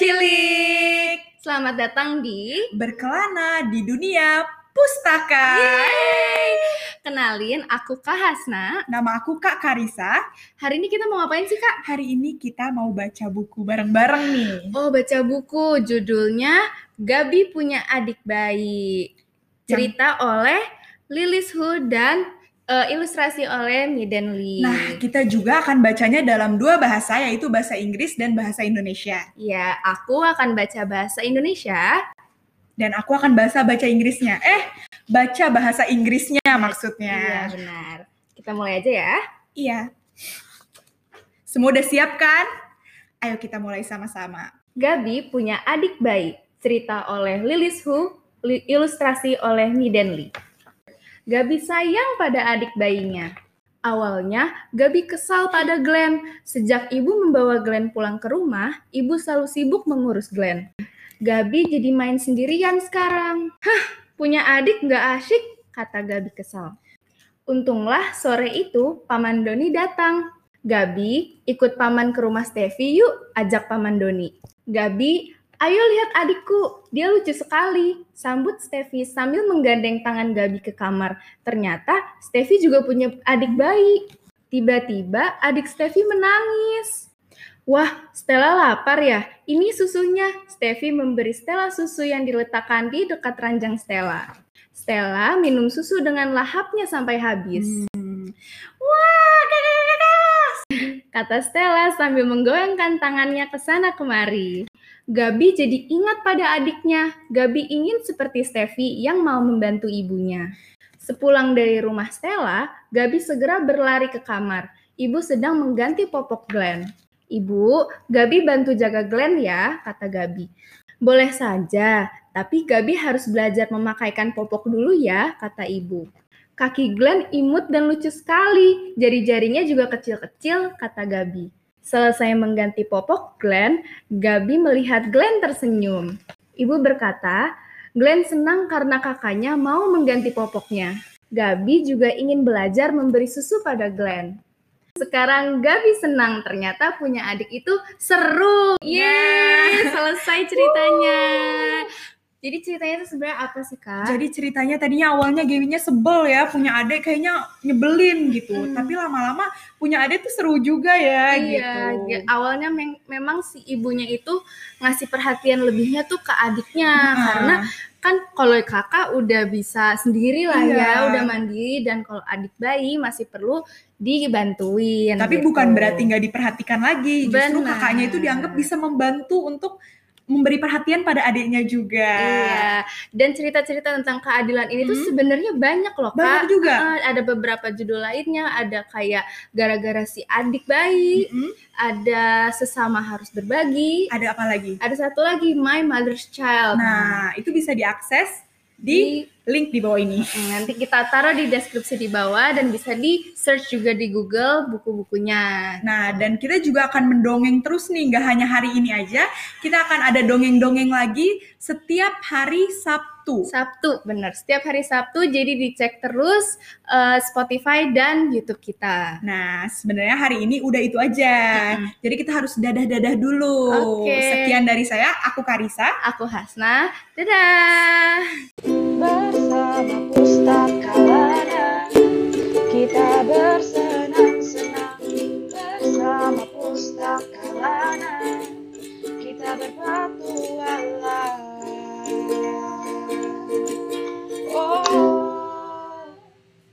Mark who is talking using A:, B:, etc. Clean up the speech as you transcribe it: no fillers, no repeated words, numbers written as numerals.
A: cilik.
B: Selamat datang di
A: Berkelana di dunia pustaka.
B: Yeay! Kenalin, aku Kak Hasna.
A: Nama aku Kak Karisa.
B: Hari ini kita mau ngapain sih, Kak?
A: Hari ini kita mau baca buku bareng-bareng nih.
B: Oh, baca buku. Judulnya Gabi Punya Adik Bayi. Cerita oleh Lilis Hu dan ilustrasi oleh Miden Lee.
A: Nah, kita juga akan bacanya dalam dua bahasa, yaitu bahasa Inggris dan bahasa Indonesia.
B: Ya, aku akan baca bahasa Indonesia.
A: Dan aku akan baca Inggrisnya. Baca bahasa Inggrisnya maksudnya.
B: Iya, benar. Kita mulai aja ya.
A: Iya. Semua udah siap kan? Ayo kita mulai sama-sama.
B: Gabi Punya Adik Bayi. Cerita oleh Lilis Hu, ilustrasi oleh Miden Lee. Gabi sayang pada adik bayinya. Awalnya, Gabi kesal pada Glenn. Sejak ibu membawa Glenn pulang ke rumah, ibu selalu sibuk mengurus Glenn. Gabi jadi main sendirian sekarang. Punya adik nggak asyik, kata Gabi kesal. Untunglah sore itu Paman Doni datang. Gabi, ikut Paman ke rumah Steffi yuk, ajak Paman Doni. Gabi, ayo lihat adikku, dia lucu sekali, sambut Steffi sambil menggandeng tangan Gabi ke kamar. Ternyata Steffi juga punya adik bayi. Tiba-tiba adik Steffi menangis. Wah, Stella lapar ya? Ini susunya. Steffi memberi Stella susu yang diletakkan di dekat ranjang Stella. Stella minum susu dengan lahapnya sampai habis. Wah, kata Stella sambil menggoyangkan tangannya ke sana kemari. Gabi jadi ingat pada adiknya. Gabi ingin seperti Steffi yang mau membantu ibunya. Sepulang dari rumah Stella, Gabi segera berlari ke kamar. Ibu sedang mengganti popok Glenn. Ibu, Gabi bantu jaga Glenn ya, kata Gabi. Boleh saja, tapi Gabi harus belajar memakaikan popok dulu ya, kata ibu. Kaki Glenn imut dan lucu sekali, jari-jarinya juga kecil-kecil, kata Gabi. Selesai mengganti popok Glenn, Gabi melihat Glenn tersenyum. Ibu berkata, Glenn senang karena kakaknya mau mengganti popoknya. Gabi juga ingin belajar memberi susu pada Glenn. Sekarang Gabi senang, ternyata punya adik itu seru. Yeay, selesai ceritanya. Jadi ceritanya itu sebenarnya apa sih, Kak?
A: Jadi ceritanya tadinya awalnya Gabinya sebel ya, punya adik kayaknya nyebelin gitu. Tapi lama-lama punya adik tuh seru juga ya gitu.
B: Iya, awalnya memang si ibunya itu ngasih perhatian lebihnya tuh ke adiknya. Karena kan kalau kakak udah bisa sendiri lah ya, udah mandiri. Dan kalau adik bayi masih perlu dibantuin.
A: Tapi
B: gitu.
A: bukan berarti nggak diperhatikan lagi. Justru
B: Benar.
A: kakaknya itu dianggap bisa membantu untuk memberi perhatian pada adiknya juga.
B: Iya, dan cerita-cerita tentang keadilan ini tuh sebenarnya banyak loh, Kak.
A: Banyak juga.
B: Ada beberapa judul lainnya, ada kayak gara-gara si adik bayi, ada sesama harus berbagi.
A: Ada apa lagi?
B: Ada satu lagi, My Mother's Child.
A: Nah, itu bisa diakses di link di bawah ini.
B: Nanti kita taruh di deskripsi di bawah dan bisa di search juga di Google buku-bukunya.
A: Nah, dan kita juga akan mendongeng terus nih, nggak hanya hari ini aja. Kita akan ada dongeng-dongeng lagi setiap hari Sabtu.
B: Sabtu, benar. Setiap hari Sabtu, jadi dicek terus Spotify dan YouTube kita.
A: Nah, sebenarnya hari ini udah itu aja. Jadi kita harus dadah-dadah dulu.
B: Oke.
A: Sekian dari saya, aku Karisa.
B: Aku Hasna. Dadah!
C: Bersama Pustaka Lana, kita bersenang-senang. Bersama Pustaka Lana, kita berpetualang.